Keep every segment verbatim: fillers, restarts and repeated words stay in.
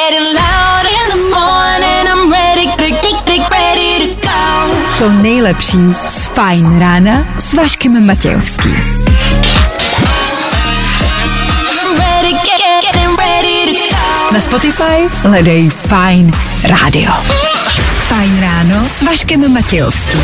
To nejlepší z Fajn rána s Vaškem Matějovským. Na Spotify hledej Fajn rádio. Fajn ráno s Vaškem Matějovským.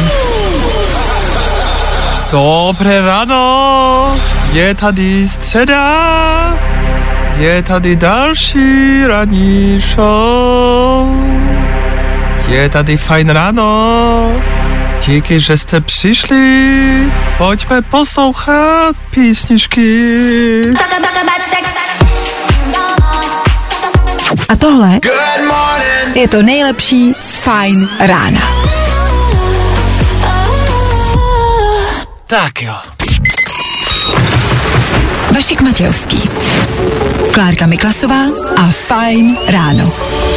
Dobré ráno, je tady středa, je tady další ranní show, je tady Fajn ráno, díky, že jste přišli, pojďme poslouchat písničky. A tohle je to nejlepší z Fajn rána. Tak jo. Vašek Matějovský, Klárka Miklasová a Fajn ráno.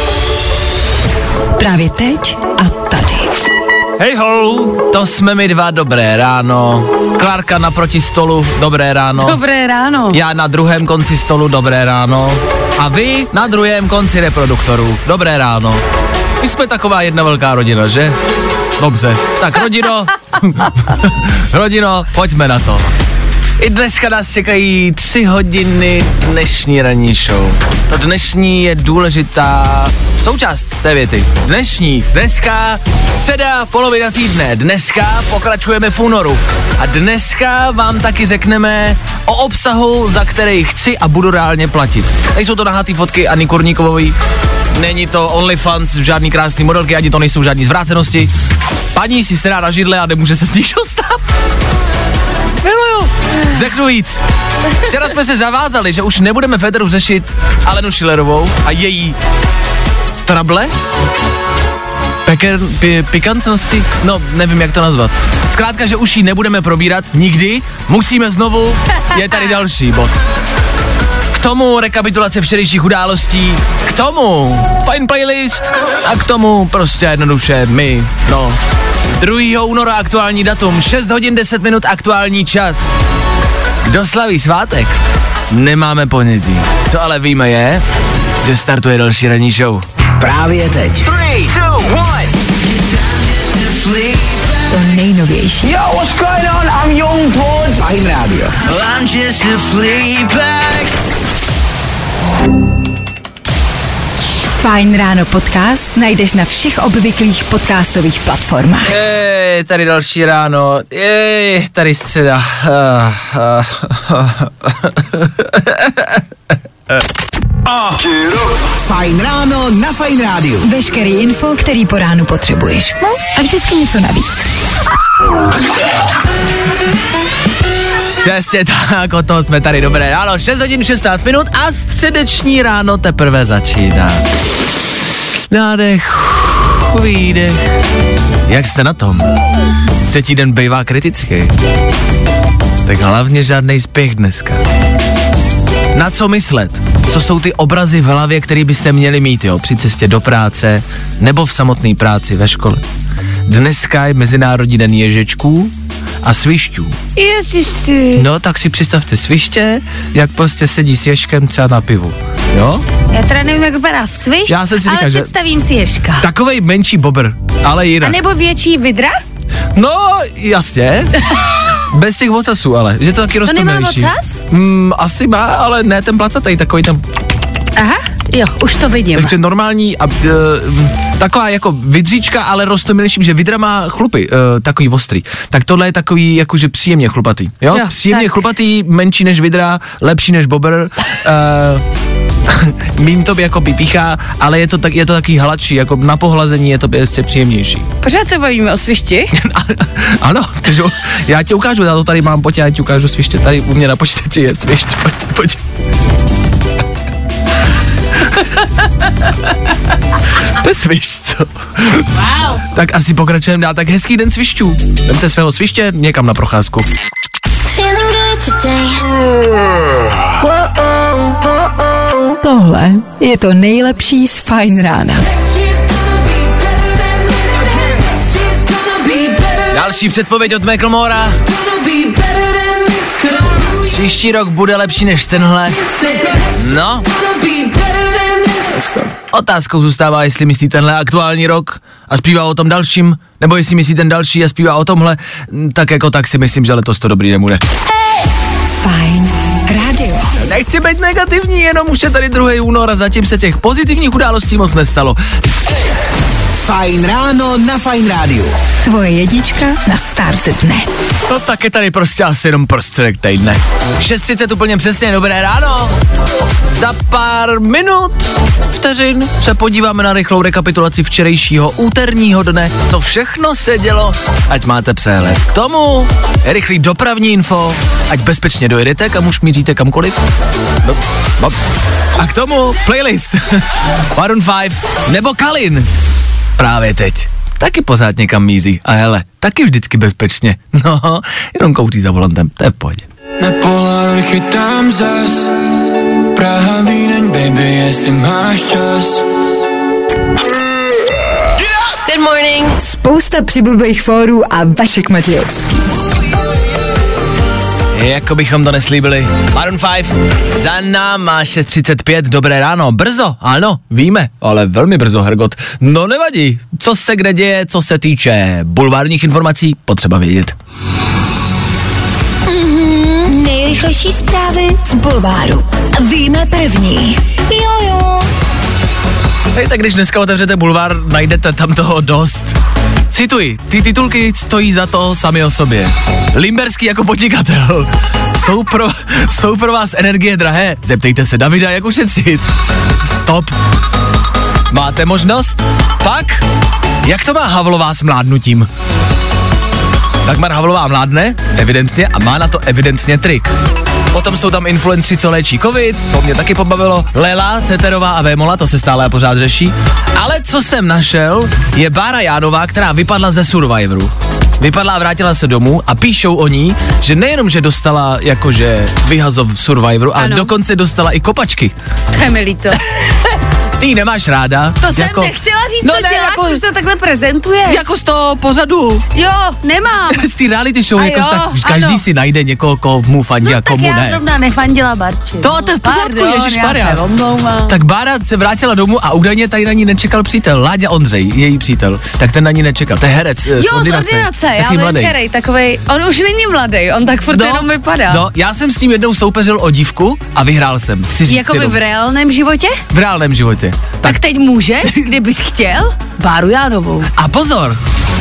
Právě teď a tady. Hej ho, to jsme my dva, dobré ráno. Klárka naproti stolu, dobré ráno. Dobré ráno. Já na druhém konci stolu, dobré ráno. A vy na druhém konci reproduktoru, dobré ráno. My jsme taková jedna velká rodina, že? Dobře, tak rodino, rodino, pojďme na to. I dneska nás čekají tři hodiny dnešní ranní show. To dnešní je důležitá součást té věty. Dnešní, dneska, středa, polovina týdne. Dneska pokračujeme v únoru. A dneska vám taky řekneme o obsahu, za který chci a budu reálně platit. Nejsou to nahatý fotky Anny Kurníkovový, není to OnlyFans, žádný krásný modelky, ani to nejsou žádný zvrácenosti. Paní si sedá na židle a nemůže se z nich dostat. Miluju. Řeknu víc. Včera jsme se zavázali, že už nebudeme v éteru řešit Alenu Schillerovou a její trable? Peker, pi, pikantnosti? No, nevím, jak to nazvat. Zkrátka, že už ji nebudeme probírat nikdy, musíme znovu, je tady další bod. K tomu rekapitulace včerejších událostí, k tomu fajn playlist a k tomu prostě jednoduše my, no. druhého února aktuální datum, šest hodin deset minut aktuální čas. Kdo slaví svátek? Nemáme ponětí. Co ale víme je, že startuje další ranní show. Právě teď. tři, dva, jedna. To nejnovější. Yo, what's going on? I'm Young Boy. Fajn rádio. I'm just a fleabag. Fajn ráno podcast najdeš na všech obvyklých podcastových platformách. Jej, tady další ráno. Jej, tady středa. Fajn ráno na Fajn rádiu. Veškerý info, který po ránu potřebuješ. No a vždycky něco navíc. Přesně tak, o toho jsme tady, dobré ráno, šest hodin šestnáct minut a středeční ráno teprve začíná. Nádech, výdech. Jak jste na tom? Třetí den bývá kritický. Tak hlavně žádnej spěch dneska. Na co myslet? Co jsou ty obrazy v hlavě, které byste měli mít, jo, při cestě do práce nebo v samotné práci ve škole? Dneska je Mezinárodní den ježečků a svišťů. Ježiši. No, tak si představte sviště, jak prostě sedí s ježkem třeba na pivu, jo? Já teda nevím, jak vypadá svišť, Já jsem si ale říkal, že- představím si ježka. Takovej menší bobr, ale A jinak. nebo větší vidra? No, jasně. Bez těch vocasů, ale, že to taky To nemá roztomilejší. vocas? Mm, asi má, ale ne ten placatej, takový ten, Aha, jo, už to vidím. takže normální a uh, taková jako vidříčka, ale roztomilejší, že vidra má chlupy, uh, takový ostrý. Tak tohle je takový jakože příjemně chlupatý, jo? Jo, Příjemně tak. chlupatý, menší než vidra, lepší než bobr. Uh, míň to jako píchá, ale je to, tak, je to taky hladší, jako na pohlazení je to ještě příjemnější. Pořád se bavíme o svišti. Ano, takže já ti ukážu, já to tady mám, pojď, já ti ukážu sviště, tady u mě na počítači je svišť, pojď, pojď. To je svišť, co? Wow. Tak asi pokračujeme dál, tak hezký den svišťů. Vemte svého sviště někam na procházku. Tohle je to nejlepší z Fajn rána. Další předpověď od Macklemora. Příští rok bude lepší než tenhle. No. Otázkou zůstává, jestli myslí tenhle aktuální rok a zpívá o tom dalším, nebo jestli myslí ten další a zpívá o tomhle, tak jako tak si myslím, že letos to dobrý nebude. Fajn rádio. Nechci být negativní, jenom už je tady druhý únor a zatím se těch pozitivních událostí moc nestalo. Fajn ráno na Fajn rádiu. Tvoje jednička na start dne. No tak je tady prostě asi jenom prostředek týdne. šest třicet úplně přesně, dobré ráno. Za pár minut, vteřin se podíváme na rychlou rekapitulaci včerejšího úterního dne, co všechno se dělo, ať máte přehled. K tomu rychlý dopravní info, ať bezpečně dojedete, kam už míříte kamkoliv. No, no. A k tomu playlist Maroon pět nebo Kalin. Právě teď. Taky pořád někam míří. A hele, taky vždycky bezpečně. No, jenom kouří za volantem, to je v pohodě. Na Polaroid chytám zas Praha, Vídeň, baby, jestli máš čas. Good morning. Spousta přibulbých fórů a Vašek Matějovský. Jako bychom to neslíbili. Maroon pět za náma šest třicet pět, dobré ráno. Brzo, ano, víme, ale velmi brzo, Hergot. No nevadí, co se kde děje, co se týče bulvárních informací, potřeba vědět. Mm-hmm, nejrychlejší zprávy z bulváru. Víme první. Jojo. Hej, tak když dneska otevřete bulvár, najdete tam toho dost. Cituji, ty titulky stojí za to sami o sobě. Limberský jako podnikatel. Jsou pro, jsou pro vás energie drahé? Zeptejte se Davida, jak ušetřit. Top. Máte možnost? Pak? Jak to má Havlová s mládnutím? Dagmar Havlová mládne, evidentně, a má na to evidentně trik. Potom jsou tam influencři, co léčí covid, to mě taky pobavilo. Lela, Ceterová a Vémola, to se stále a pořád řeší. Ale co jsem našel, je Bára Jánová, která vypadla ze Survivoru. Vypadla a vrátila se domů a píšou o ní, že nejenom, že dostala jakože vyhazov v Survivoru, ale ano. Dokonce dostala i kopačky. To je mi líto. Ty ji nemáš ráda. To jsem jako, nechtěla říct, no co ne, děláš, jako, když to takhle prezentuješ. Jako z toho pozadu. Jo, nemám. Z té reality show, A jako jo, tak, každý ano. si najde někoho, komu fandí No a komu tak já ne. zrovna nefandila Barči. To, to je v pořádku, Pardon, ježišmarja. já se omlouvám. Tak Bára se vrátila domů a údajně tady na ní nečekal přítel, Láďa Ondřej, její přítel. Tak ten na ní nečekal, to je herec Jo, z z ordinace. ordinace, já Taky vím, mladý. který, takovej, on už není mladý, on tak furt jenom vypadá. No, já jsem s ním jednou soupeřil o dívku a vyhrál jsem. Chci říct Jakoby jenom. v reálném životě? V reálném životě. Tak, Tak, tak teď můžeš, kdybys chtěl, Báru Jánovou. a pozor,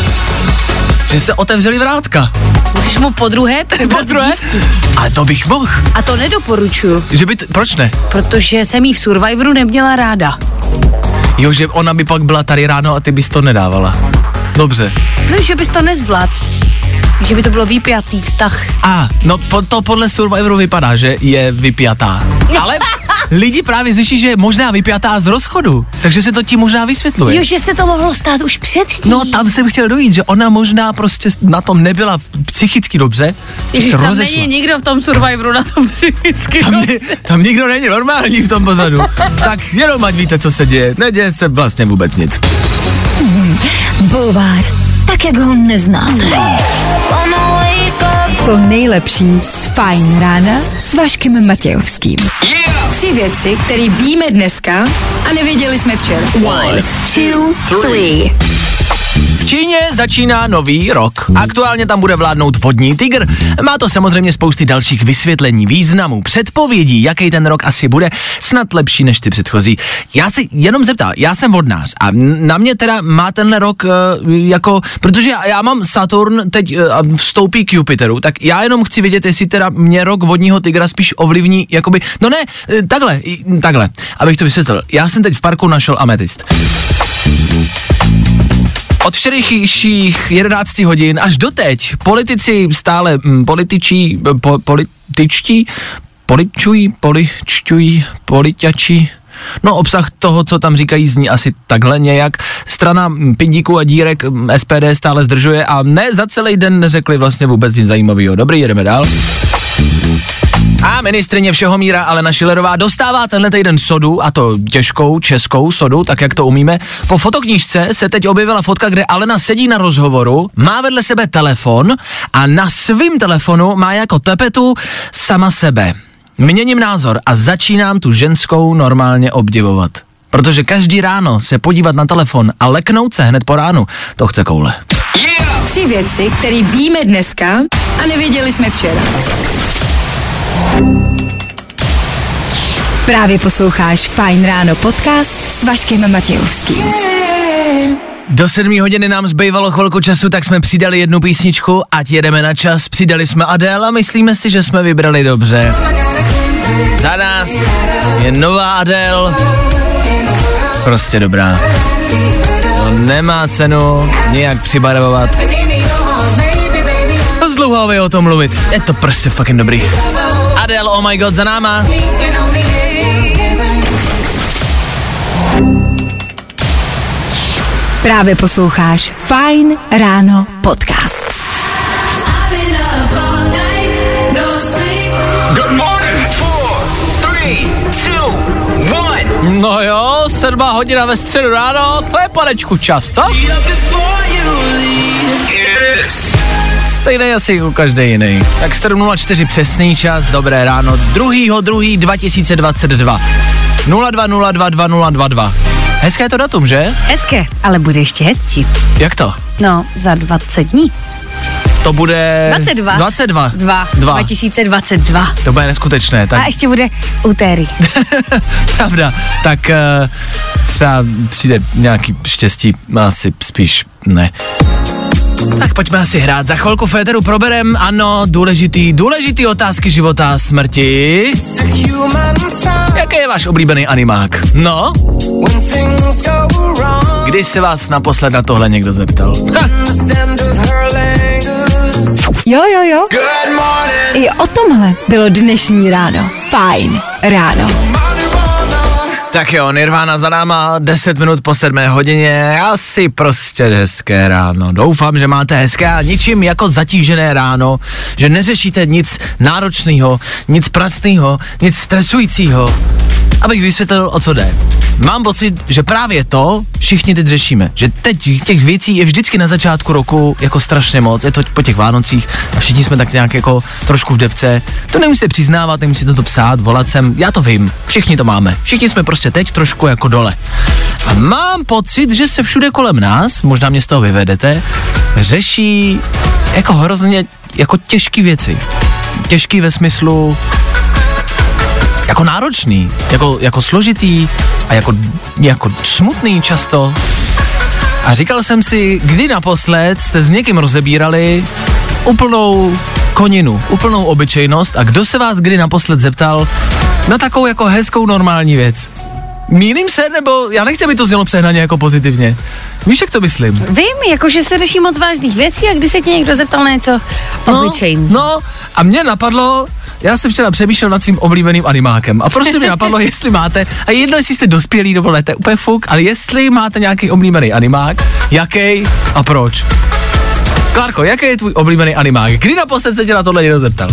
že se otevřeli vrátka. Můžeš mu po druhé Po přibrat druhé? dívku. A to bych mohl. A to nedoporučuju, Že by, t- proč ne? protože jsem jí v Survivoru neměla ráda. Jo, že ona by pak byla tady ráno a ty bys to nedávala. Dobře. No, že bys to nezvládl. Že by to bylo vypjatý vztah. A, no po, to podle Survivoru vypadá, že je vypjatá. Ale lidi právě řeší, že je možná vypjatá z rozchodu, takže se to ti možná vysvětluje. Jo, že se to mohlo stát už předtím. No tam jsem chtěl dojít, že ona možná prostě na tom nebyla psychicky dobře, že Ježiš, se tam rozešla. není nikdo v tom Survivoru na tom psychicky Tam, dobře. ne, tam nikdo není normální v tom pozadu. Tak jenom ať víte, co se děje. Neděje se vlastně vůbec nic. Bulvár, tak jak ho neznáte. To nejlepší z Fajn rána s Vaškem Matějovským. Yeah! Tři věci, které víme dneska a nevěděli jsme včera. One, two, three. V Číně začíná nový rok. Aktuálně tam bude vládnout vodní tygr. Má to samozřejmě spousty dalších vysvětlení, významů, předpovědí, jaký ten rok asi bude, snad lepší než ty předchozí. Já si jenom zeptám, já jsem vodnář a na mě teda má tenhle rok uh, jako, protože já, já mám Saturn, teď uh, vstoupí k Jupiteru, tak já jenom chci vědět, jestli teda mě rok vodního tygra spíš ovlivní, jakoby, no ne, uh, takhle, takhle, abych to vysvětlil. Já jsem teď v parku našel ametist. Od včerejších jedenáct hodin až doteď politici stále mm, političí, po, političtí, poličují, poličtují, poliťači. No obsah toho, co tam říkají, zní asi takhle nějak. Strana pindíků a dírek S P D stále zdržuje a ne za celý den neřekli vlastně vůbec nic zajímavého. Dobrý, jedeme dál. A ministryně Všehomíra Alena Schillerová dostává tenhle týden sodu, a to těžkou českou sodu, tak jak to umíme. Po fotoknížce se teď objevila fotka, kde Alena sedí na rozhovoru, má vedle sebe telefon a na svým telefonu má jako tepetu sama sebe. Měním názor a začínám tu ženskou normálně obdivovat. Protože každý ráno se podívat na telefon a leknout se hned po ránu, to chce koule. Yeah! Tři věci, které víme dneska a nevěděli jsme včera. Právě posloucháš Fajn ráno podcast s Vaškem Matějovským. Do sedmé hodiny nám zbývalo chvilku času, tak jsme přidali jednu písničku, ať jedeme na čas. Přidali jsme Adele a myslíme si, že jsme vybrali dobře. Za nás je nová Adele. Prostě dobrá. To nemá cenu nějak přibarvovat. Zdlouho o tom mluvit. Je to prostě fucking dobrý. Adele, oh my god, za náma. Právě posloucháš Fajn ráno podcast. Good morning. Four, three, two, one. No jo, sedmá hodina ve středu ráno, to je panečku čas, co? Stejný asi jako každý jiný. Tak sedm nula čtyři přesný čas, dobré ráno, druhého druhého dva tisíce dvacet dva. nula dva nula dva dva nula dva dva. Hezké je to datum, že? Hezké, ale bude ještě hezčí. Jak to? No, za dvacet dní. To bude... dvacet dva. dvacet dva. Dva. Dva. dva tisíce dvacet dva. To bude neskutečné. Tak... A ještě bude úterý. Pravda. Tak uh, třeba přijde nějaký štěstí, asi spíš ne. Tak pojďme asi hrát. Za chvilku Féteru proberem, ano, důležitý, důležitý otázky života a smrti. Jaký je váš oblíbený animák? No? Kdy se vás naposled na tohle někdo zeptal? Jo, jo, jo. I o tomhle bylo dnešní ráno. Fajn ráno. Tak jo, Nirvana za náma, deset minut po sedmé hodině, asi prostě hezké ráno. Doufám, že máte hezké a ničím jako zatížené ráno, že neřešíte nic náročného, nic pracného, nic stresujícího. Abych vysvětlil, o co jde. Mám pocit, že právě to všichni teď řešíme, že teď těch věcí je vždycky na začátku roku jako strašně moc, je to po těch Vánocích a všichni jsme tak nějak jako trošku v depce. To nemusíte přiznávat, nemusíte to psát, volat sem, já to vím, všichni to máme, všichni jsme prostě teď trošku jako dole. A mám pocit, že se všude kolem nás, možná mě z toho vyvedete, řeší jako hrozně jako těžké věci. Těžký ve smyslu jako náročný, jako, jako složitý a jako, jako smutný často. A říkal jsem si, kdy naposled jste s někým rozebírali úplnou koninu, úplnou obyčejnost a kdo se vás kdy naposled zeptal na takovou jako hezkou normální věc. Mýlím se, nebo já nechci, aby to znělo přehnaně jako pozitivně. Víš, jak to myslím? Vím, jakože se řeší moc vážných věcí a když se tě někdo zeptal na něco obyčejný. No, no, a mě napadlo, já jsem včera přemýšlel nad svým oblíbeným animákem a prostě mě napadlo, jestli máte, a jedno, jestli jste dospělí, nebo ne, to je úplně fuk, ale jestli máte nějaký oblíbený animák, jaký a proč. Klárko, jaký je tvůj oblíbený animák? Kdy naposled se tě na tohle někdo zeptal?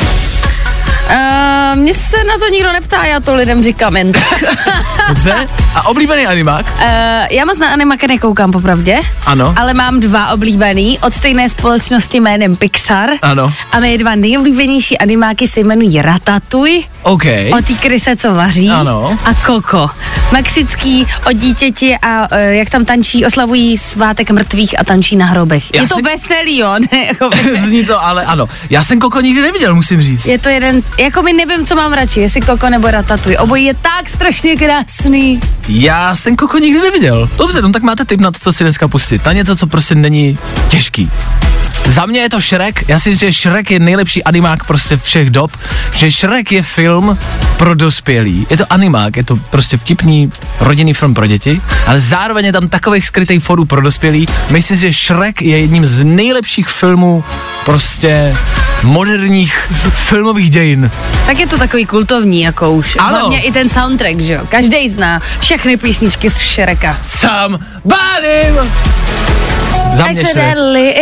Uh, mně se na to nikdo neptá, já to lidem říkám jen tak. Dobře? A oblíbený animák? Uh, já moc na animáky nekoukám popravdě. Ano. Ale mám dva oblíbený od stejné společnosti jménem Pixar. Ano. A mé dva nejoblíbenější animáky se jmenují Ratatouille. OK. O té kryse, co vaří. Ano. A Coco. Mexický o dítěti a uh, jak tam tančí, oslavují svátek mrtvých a tančí na hrobech. Já je to si... veselý, jo? Ne, jako... Zní to, ale ano. Já jsem Coco nikdy neviděl, musím říct. Je to jeden, jako mi nevím, co mám radši, jestli Coco nebo Ratatouille. Obojí je tak strašně krásný. Já jsem Coco nikdy neviděl. Dobře, no tak máte tip na to, co si dneska pustit. Na něco, co prostě není těžký. Za mě je to Shrek, já si myslím, že Shrek je nejlepší animák prostě všech dob, že Shrek je film pro dospělí, je to animák, je to prostě vtipný rodinný film pro děti, ale zároveň je tam takových skrytých forů pro dospělí, myslím si, že Shrek je jedním z nejlepších filmů prostě moderních filmových dějin. Tak je to takový kultovní, jako už. Ano. Hlavně i ten soundtrack, že jo, každej zná všechny písničky z Shreka. Somebody. Za mě Shrek.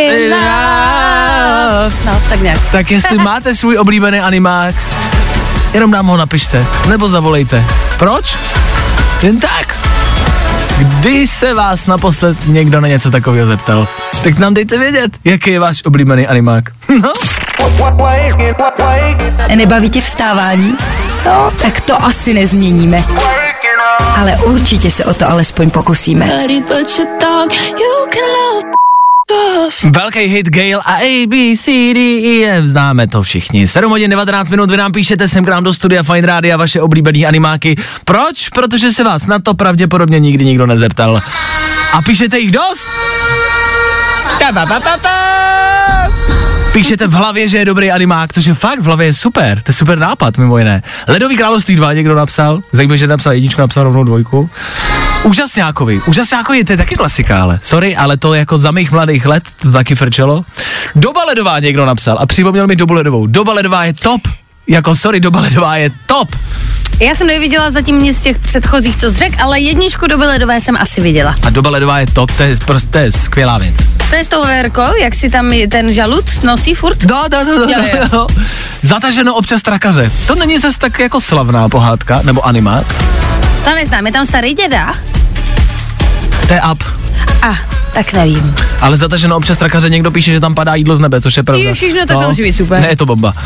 No, tak nějak. Tak jestli máte svůj oblíbený animák, jenom nám ho napište, nebo zavolejte. Proč? Jen tak. Kdy se vás naposled někdo na něco takového zeptal? Tak nám dejte vědět, jaký je váš oblíbený animák. No. Nebaví tě vstávání? No, tak to asi nezměníme. Ale ale určitě se o to alespoň pokusíme. Velký hit Gale a A, B, C, D, E, F, známe to všichni. sedm hodin devatenáct minut, vy nám píšete sem k nám do studia Fine Rádia vaše oblíbený animáky. Proč? Protože se vás na to pravděpodobně nikdy nikdo nezeptal. A píšete jich dost? Píšete v hlavě, že je dobrý animák, což je fakt, v hlavě je super, to je super nápad, mimo jiné. Ledový království dva někdo napsal, zajímavé, že napsal jedničku, napsal rovnou dvojku. Úžasňákovi, Úžasňákovi, to je taky klasika, ale sorry, ale to jako za mých mladých let to taky frčelo. Doba ledová někdo napsal a připomněl mi dobu ledovou. Doba ledová je top, jako sorry, doba ledová je top. Já jsem neviděla zatím nic z těch předchozích, co jsi řekl, ale jedničku doby ledové jsem asi viděla. A doba ledová je top, to je prostě to je skvělá věc. To je s tou verkou, jak si tam ten žalud nosí furt? No, no, no, no, jo, jo. no. Zataženo občas trakaře. To není zase tak jako slavná pohádka, nebo animák. To neznám, je tam starý děda? To je up. A, ah, tak nevím. Ale zataženo občas trakaře někdo píše, že tam padá jídlo z nebe, což je pravda. Ježiš, no tak to musí být super. Ne, je to bomba.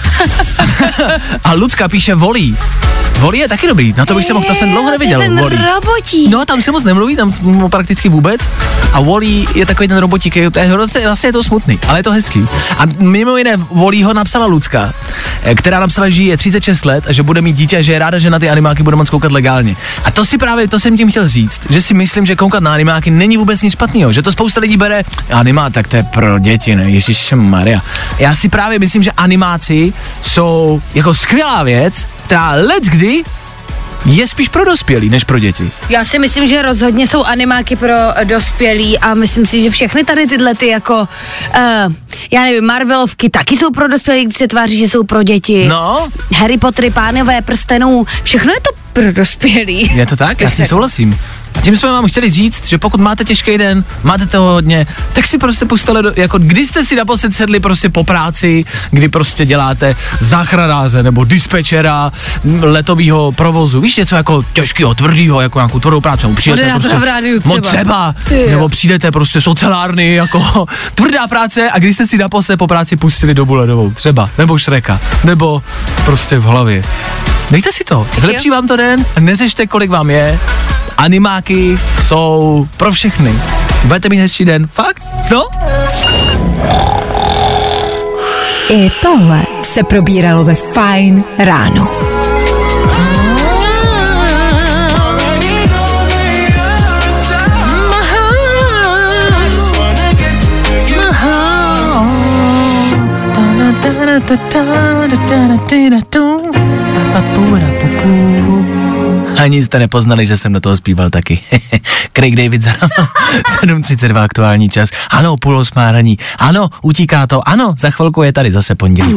A Lucka píše volí. Volí je taky dobrý, na to bych se mohl, to jsem dlouho neviděl. Ten Volí. robotík. No, tam se moc nemluví, tam prakticky vůbec. A Volí je takový ten robotík, je, vlastně, vlastně je to smutný, ale je to hezký. A mimo jiné Volí ho napsala Lucka, která napsala, že je třicet šest let a že bude mít dítě a že je ráda, že na ty animáky bude moc koukat legálně. A to si právě, to jsem tím chtěl říct, že si myslím, že koukat na animáky není vůbec nic špatného, že to spousta lidí bere, animá, tak to je pro děti, ne, ježišmarja. Já si právě myslím, že animáci jsou jako skvělá věc, která leckdy je spíš pro dospělí, než pro děti. Já si myslím, že rozhodně jsou animáky pro dospělí a myslím si, že všechny tady tyhle ty jako, uh, já nevím, Marvelovky taky jsou pro dospělí, když se tváří, že jsou pro děti. No. Harry Pottery, Pánové prstenů, všechno je to pro dospělí. Je to tak? Já s tím souhlasím. A tím jsme vám chtěli říct, že pokud máte těžký den, máte toho hodně, tak si prostě pustili, do, jako když jste si naposled sedli prostě po práci, kdy prostě děláte záchranáře nebo dispečera letového provozu, víš, něco jako těžkého, tvrdého, jako nějakou tvrdou práci, nebo přijdete prostě, v rádiu třeba. No třeba, nebo přijdete prostě z ocelárny, jako tvrdá práce a když jste si naposled po práci pustili Dobu ledovou, třeba, nebo Šreka, nebo prostě v hlavě. Dejte si to, zlepší vám to den a neřešte, kolik vám je. Animáky jsou pro všechny. Budete mít hezčí den. Fakt? No? I tohle se probíralo ve Fajn ráno. Ani jste nepoznali, že jsem do toho zpíval taky. Craig David za sedm třicet dva aktuální čas. Ano, půl osmá raní. Ano, utíká to. Ano, za chvilku je tady zase pondělí.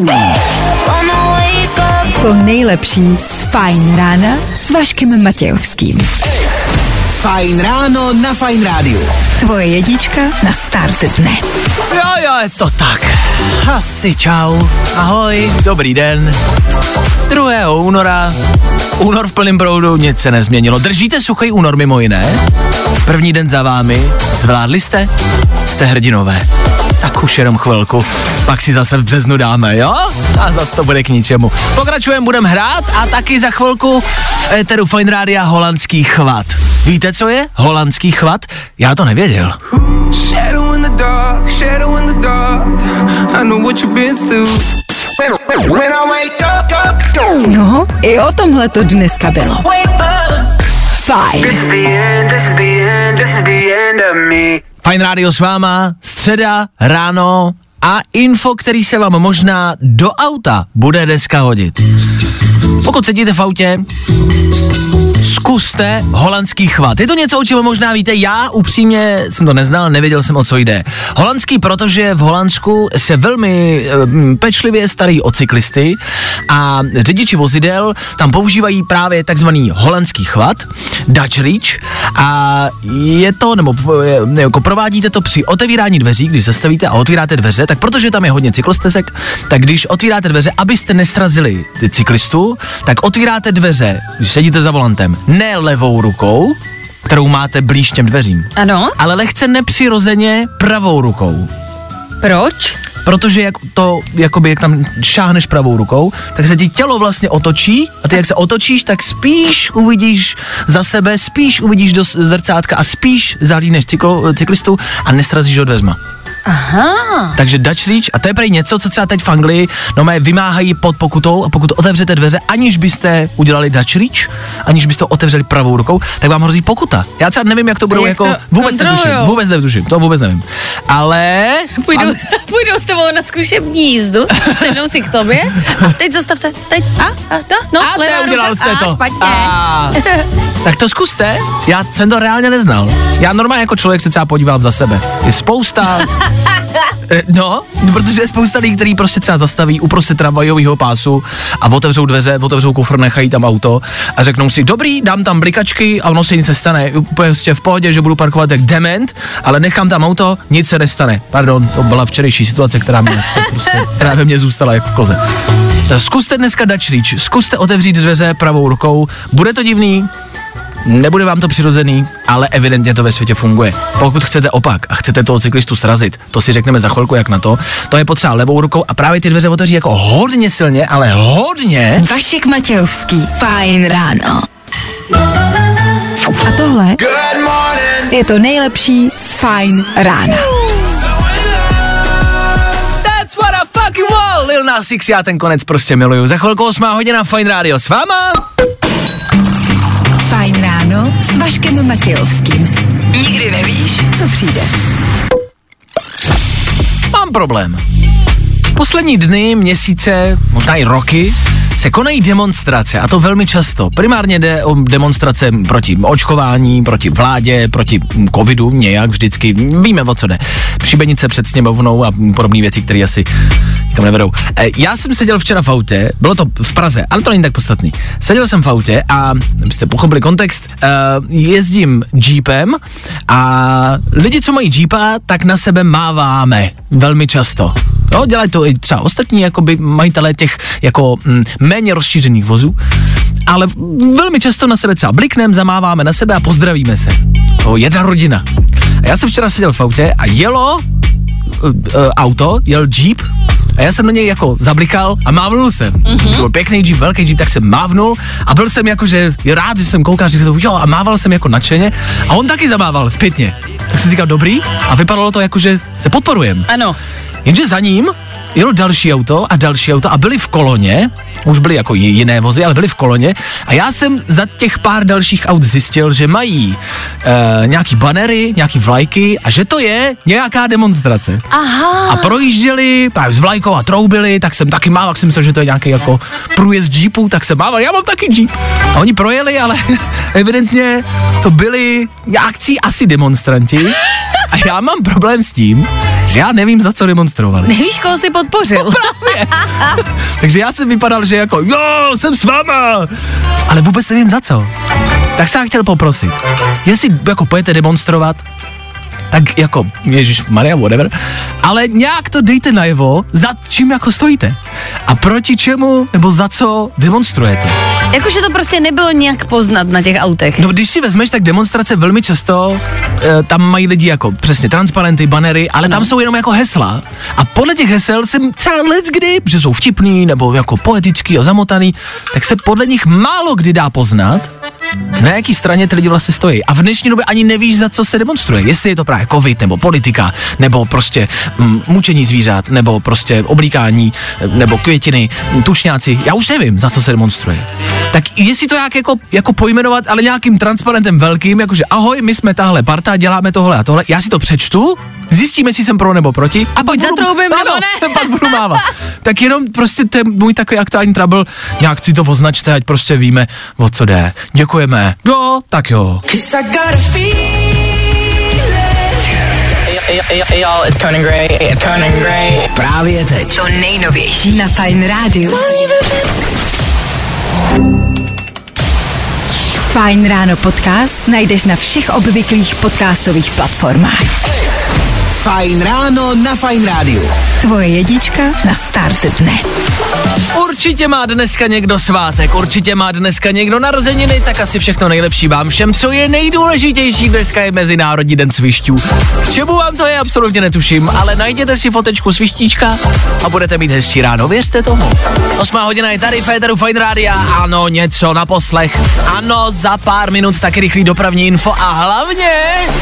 To nejlepší z Fajn rána s Vaškem Matějovským. Fajn ráno na Fajn rádiu. Tvoje jednička na start dne. Jo, jo, je to tak. Asi čau. Ahoj, dobrý den. druhého února. Únor v plném proudu, nic se nezměnilo. Držíte suchý únor mimo jiné? První den za vámi. Zvládli jste? Jste hrdinové. Tak už jenom chvilku. Pak si zase v březnu dáme, jo? A zase to bude k ničemu. Pokračujeme, budeme hrát a taky za chvilku v éteru Fajn Rádia holandský chvat. Víte, co je holandský chvat? Já to nevěděl. Shadow in the dark, shadow in the dark. I know what you've been through. No, i o tomhle to dneska bylo. Fajn. Fajn rádio s váma, středa, ráno a info, který se vám možná do auta bude dneska hodit. Pokud sedíte v autě, zkuste holandský chvat. Je to něco, o čem možná víte, já upřímně jsem to neznal, nevěděl jsem, o co jde. Holandský, protože v Holandsku se velmi e, pečlivě starají o cyklisty a řidiči vozidel tam používají právě takzvaný holandský chvat, Dutch Reach, a je to, nebo e, jako provádíte to při otevírání dveří, když zastavíte a otvíráte dveře, tak protože tam je hodně cyklostezek, tak když otvíráte dveře, abyste nesrazili cyklistu, tak otvíráte dveře, když sedíte za volantem, ne levou rukou, kterou máte blíž těm dveřím. Ano. Ale lehce nepřirozeně pravou rukou. Proč? protože jak to, jakoby, jak tam šáhneš pravou rukou, tak se ti tělo vlastně otočí a ty jak se otočíš, tak spíš uvidíš za sebe, spíš uvidíš do zrcátka a spíš zahlídneš cyklo, cyklistu a nesrazíš ho dveřma. Aha. Takže Dutch Reach, a to je prý něco, co třeba teď v Anglii, no mé vymáhají pod pokutou, a pokud otevřete dveře, aniž byste udělali Dutch Reach, aniž byste to otevřeli pravou rukou, tak vám hrozí pokuta. Já třeba nevím, jak to budou, jak jako, to vůbec netuším, vůbec netuším, to vůbec nevím. Ale... Půjdu, an... půjdu s tebou na zkušební jízdu, sednou si k tobě a teď zastavte, teď, a, a to, no, a levá ruka, jste a to. špatně. A, tak to zkuste, já jsem to reálně neznal. Já normálně jako člověk se třeba podívám za sebe. Je spousta... No, protože je spousta lidí, kteří prostě třeba zastaví uprostřed tramvajového pásu a otevřou dveře, otevřou kufr, nechají tam auto a řeknou si, dobrý, dám tam blikačky a ono se nic nestane, úplně prostě v pohodě, že budu parkovat jak dement, ale nechám tam auto, nic se nestane. Pardon, to byla včerejší situace, která mě nechce, prostě, která ve mně zůstala jak v koze. Tak zkuste dneska Dutch Reach, zkuste otevřít dveře pravou rukou, bude to divný, nebude vám to přirozený, ale evidentně to ve světě funguje. Pokud chcete opak a chcete toho cyklistu srazit, to si řekneme za chvilku jak na to, to je potřeba levou rukou a právě ty dveře otevří jako hodně silně, ale hodně. Vašek Matějovský, Fajn ráno. A tohle je to nejlepší z Fajn rána. That's what I fucking want, Lil Nas X, já ten konec prostě miluju. Za chvilku osmá hodina Fajn rádio s váma. Fajn ráno s Vaškem Matějovským. Nikdy nevíš, co přijde. Mám problém. Poslední dny, měsíce, možná i roky se konají demonstrace, a to velmi často. Primárně jde o demonstrace proti očkování, proti vládě, proti covidu, nějak vždycky, víme, o co jde. Šibenice před sněmovnou a podobné věci, které asi nikam nevedou. Já jsem seděl včera v autě, bylo to v Praze, ale to není tak podstatný. Seděl jsem v autě a, abyste pochopili kontext, jezdím jeepem a lidi, co mají jeepa, tak na sebe máváme velmi často. No, dělají to i třeba ostatní jakoby majitelé těch jako mm, méně rozšířených vozů, ale velmi často na sebe třeba bliknem, zamáváme na sebe a pozdravíme se. O, jedna rodina. A já jsem včera seděl v autě a jelo uh, uh, auto, jel jeep a já jsem na něj jako zablikal a mávnul jsem. Mm-hmm. To byl pěkný jeep, velký jeep, tak jsem mávnul a byl jsem jako, že rád, že jsem koukal, že jo, a mával jsem jako nadšeně a on taky zamával zpětně. Tak jsem říkal dobrý a vypadalo to jako, že se podporujem. Ano. Jenže za ním jelo další auto a další auto a byli v koloně, už byly jako jiné vozy, ale byli v koloně a já jsem za těch pár dalších aut zjistil, že mají e, nějaký banery, nějaký vlajky a že to je nějaká demonstrace. Aha. A projížděli právě s vlajkou a troubili, tak jsem taky mával, jsem myslel, že to je nějaký jako průjezd jeepů, tak jsem mával, já mám taky jeep. A oni projeli, ale evidentně to byli nějakcí asi demonstranti a já mám problém s tím, že já nevím, za co demonstrovali. Nevíš, koho jsi podpořil. No právě. Takže já jsem vypadal, že jako, jo, jsem s váma, ale vůbec nevím za co. Tak jsem chtěl poprosit, jestli jako pojete demonstrovat, tak jako, ježišmarja, whatever, ale nějak to dejte najevo, za čím jako stojíte. A proti čemu, nebo za co demonstrujete. Jakože to prostě nebylo nějak poznat na těch autech. No když si vezmeš, tak demonstrace velmi často, e, tam mají lidi jako přesně transparenty, banery, ale ano. Tam jsou jenom jako hesla. A podle těch hesel jsem třeba leckdy, že jsou vtipný, nebo jako poetický a zamotaný, tak se podle nich málo kdy dá poznat, na jaký straně ty lidi vlastně stojí. A v dnešní době ani nevíš, za co se demonstruje. Jestli je to právě covid, nebo politika, nebo prostě mm, mučení zvířat, nebo prostě oblíkání, nebo květiny, tušňáci. Já už nevím, za co se demonstruje. Tak jestli to jak jako, jako pojmenovat, ale nějakým transparentem velkým, jakože ahoj, my jsme tahle parta, děláme tohle a tohle. Já si to přečtu, zjistíme, jestli jsem pro nebo proti. A buď zatroubím, nebo ne. Pak budu mávat. Tak jenom prostě ten můj takový aktuální trouble, nějak si to označte, ať prostě víme, o co jde. Děkujeme. Jo, tak jo. Právě teď. To nejnovější na Fajn rádiu. Fajn ráno podcast najdeš na všech obvyklých podcastových platformách. Fajn ráno na Fajn rádiu. Tvoje jedička na start dne. Určitě má dneska někdo svátek, určitě má dneska někdo narozeniny, tak asi všechno nejlepší vám všem. Co je nejdůležitější, dneska je Mezinárodní den svišťů. K čemu vám to je, absolutně netuším, ale najděte si fotečku svištíčka a budete mít hezčí ráno, věřte tomu. Osmá hodina je tady, Féteru Fajn rádia, ano, něco na poslech, ano, za pár minut taky rychlý dopravní info a hlavně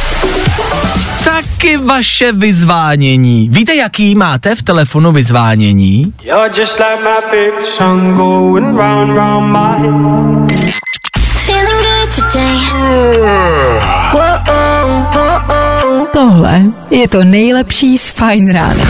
taky vaše vyzvánění. Víte, jaký máte v telefonu vyzvánění? Tohle je to nejlepší z Fajn rána.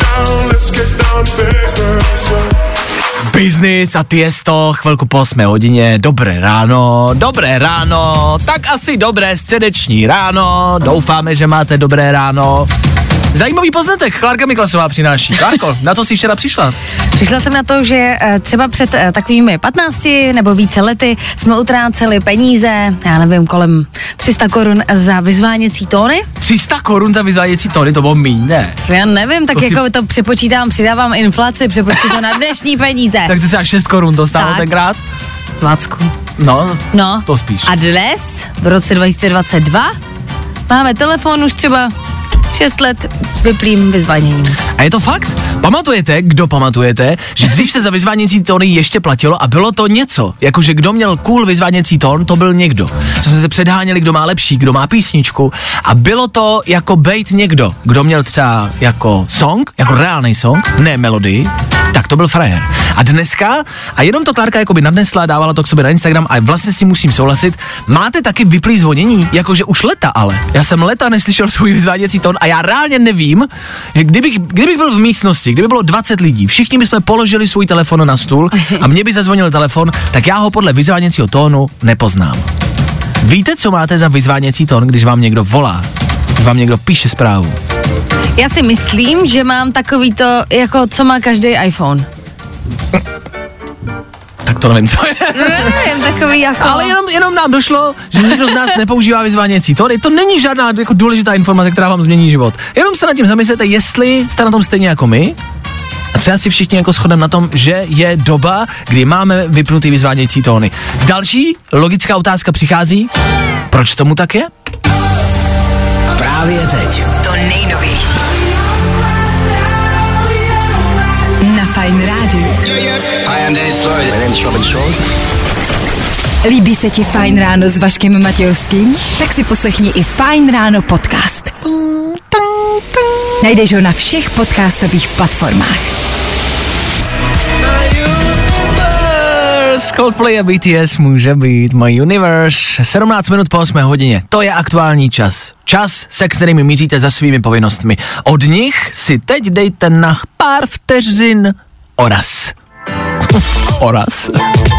Business a Tiesto, chvilku po osmé hodině, dobré ráno, dobré ráno, tak asi dobré středeční ráno, doufáme, že máte dobré ráno. Zajímavý poznatek, Klárka Miklasová přináší. Klárko, na to jsi včera přišla? Přišla jsem na to, že třeba před takovými patnácti nebo více lety jsme utráceli peníze, já nevím, kolem tři sta korun za vyzváněcí tóny. tři sta korun za vyzváněcí tóny, to bylo míň, ne? Já nevím, tak to jako si... to přepočítám, přidávám inflaci, přepočítám to na dnešní peníze. Takže třeba šest korun to stálo tak. tenkrát? Vlácku. No, no, to spíš. A dnes, v roce dva tisíce dvacet dva, máme telefon už třeba šest let s vyplým vyzváněním. A je to fakt? Pamatujete, kdo pamatujete, že dřív se za vyzváněcí tóny ještě platilo a bylo to něco, jakože kdo měl cool vyzváněcí tón, to byl někdo. Že jsme se předháněli, kdo má lepší, kdo má písničku a bylo to jako bejt někdo, kdo měl třeba jako song, jako reálný song, ne melodii, tak to byl frajer. A dneska, a jenom to Klárka jakoby nadnesla, dávala to k sobě na Instagram a vlastně s tím musím souhlasit, máte taky vyplý zvonění, jakože už leta ale. Já jsem leta neslyšel svůj vyzváněcí tón a já reálně nevím, kdybych, kdybych byl v místnosti, kdyby bylo dvacet lidí, všichni bychom položili svůj telefon na stůl a mně by zazvonil telefon, tak já ho podle vyzváněcího tónu nepoznám. Víte, co máte za vyzváněcí tón, když vám někdo volá, když vám někdo píše zprávu? Já si myslím, že mám takový to, jako co má každý iPhone. Tak to nevím, co je. No, nevím, takový jako... Ale jenom, jenom nám došlo, že nikdo z nás nepoužívá vyzváněcí tón. To není žádná jako důležitá informace, která vám změní život. Jenom se nad tím zamyslete, jestli jste na tom stejně jako my. A třeba si všichni jako shodneme na tom, že je doba, kdy máme vypnutý vyzváněcí tóny. Další logická otázka přichází. Proč tomu tak je? Právě teď. To nejnovější. Na Fajn rádiu. Hi, I'm Dennis Lloyd. My name's Robin Schulz. Líbí se ti Fajn ráno s Vaškem Matějovským? Tak si poslechni i Fajn ráno podcast. Najdeš ho na všech podcastových platformách. Coldplay a B T S může být My Universe. sedmnáct minut po osmé hodině. To je aktuální čas. Čas, se kterými míříte za svými povinnostmi. Od nich si teď dejte na pár vteřin oraz. Oraz.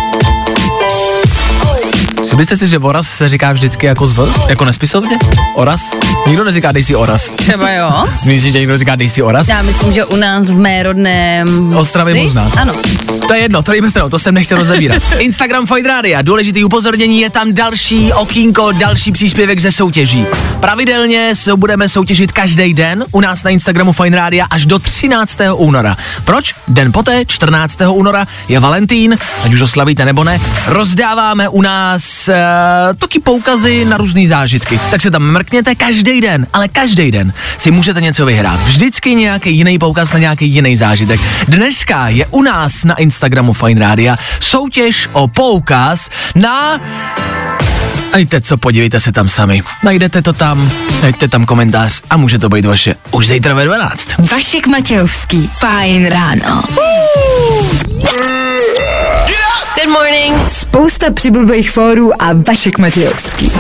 Myslíte si, že oraz se říká vždycky jako zv? Jako nespisovně? Oraz? Nikdo neříká dej si oraz. Třeba jo. Myslíš, že někdo říká dej si oraz? Já myslím, že u nás v mé rodném... Ostravě si? možná. Ano. To je jedno, to jíme stranou, to jsem nechtěl rozebírat. Instagram Fajn rádia, důležitý upozornění, je tam další okýnko, další příspěvek ze soutěží. Pravidelně se budeme soutěžit každý den u nás na Instagramu Fajn rádia až do třináctého února. Proč? Den poté, čtrnáctého února, je Valentín, ať už oslavíte nebo ne, rozdáváme u nás uh, taky poukazy na různý zážitky. Tak se tam mrkněte každý den, ale každý den si můžete něco vyhrát. Vždycky nějaký jiný poukaz na nějaký jiný zážitek. Dneska je u nás na Instagramu Fajn rádia soutěž o poukaz na... A teď co, podívejte se tam sami. Najdete to tam, najdete tam komentář a může to být vaše už zítra ve dvanáct. Vašek Matějovský, Fajn ráno. Good morning. Spousta přibulbých fórů a Vašek Matějovský.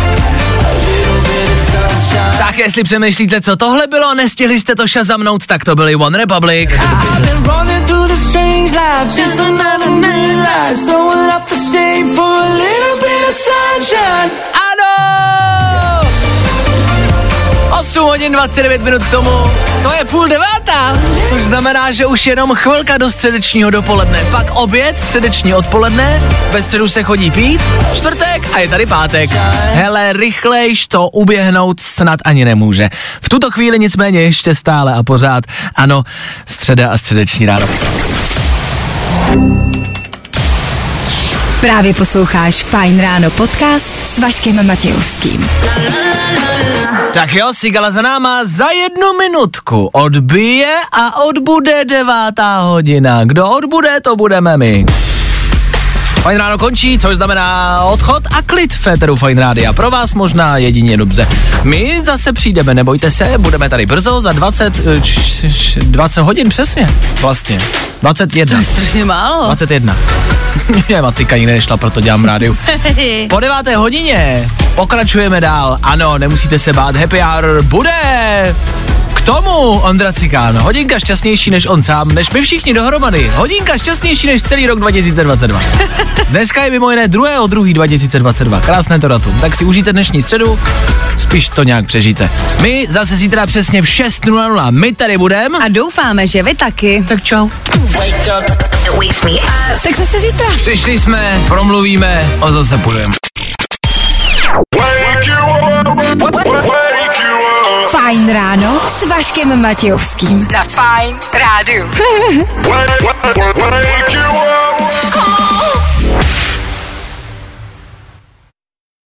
Tak jestli přemýšlíte, co tohle bylo a nestihli jste to šazamnout, tak to byli One Republic. Ano! osm hodin dvacet devět minut k tomu, to je půl devátá, což znamená, že už jenom chvilka do středečního dopoledne, pak oběd, středeční odpoledne, ve středu se chodí pít, čtvrtek a je tady pátek. Hele, rychlejš to uběhnout snad ani nemůže. V tuto chvíli nicméně ještě stále a pořád, ano, středa a středeční ráno. Právě posloucháš Fajn ráno podcast s Vaškem Matějovským. Tak jo, Sigala za náma, za jednu minutku odbije a odbude devátá hodina. Kdo odbude, to budeme my. Fajn ráno končí, což znamená odchod a klid v éteru Fajn rádia. Pro vás možná jedině dobře. My zase přijdeme, nebojte se, budeme tady brzo za dvacet, dvacet hodin přesně, vlastně. dvacet jedna. To je strašně málo. dvacet jedna. Mě matika nikdy nešla, proto dělám rádiu. Po deváté hodině pokračujeme dál. Ano, nemusíte se bát, happy hour bude. K tomu Ondra Cikán, hodinka šťastnější než on sám, než my všichni dohromady. Hodinka šťastnější než celý rok dva tisíce dvacet dva. Dneska je mimo jiné druhého druhého dva tisíce dvacet dva. Krásné to datum. Tak si užijte dnešní středu, spíš to nějak přežijte. My zase zítra přesně v šest nula nula. My tady budeme. A doufáme, že vy taky. Tak čau. Tak zase zítra. Přišli jsme, promluvíme a zase půjdeme. Fajn ráno s Vaškem Matějovským. Na Fajn rádiu.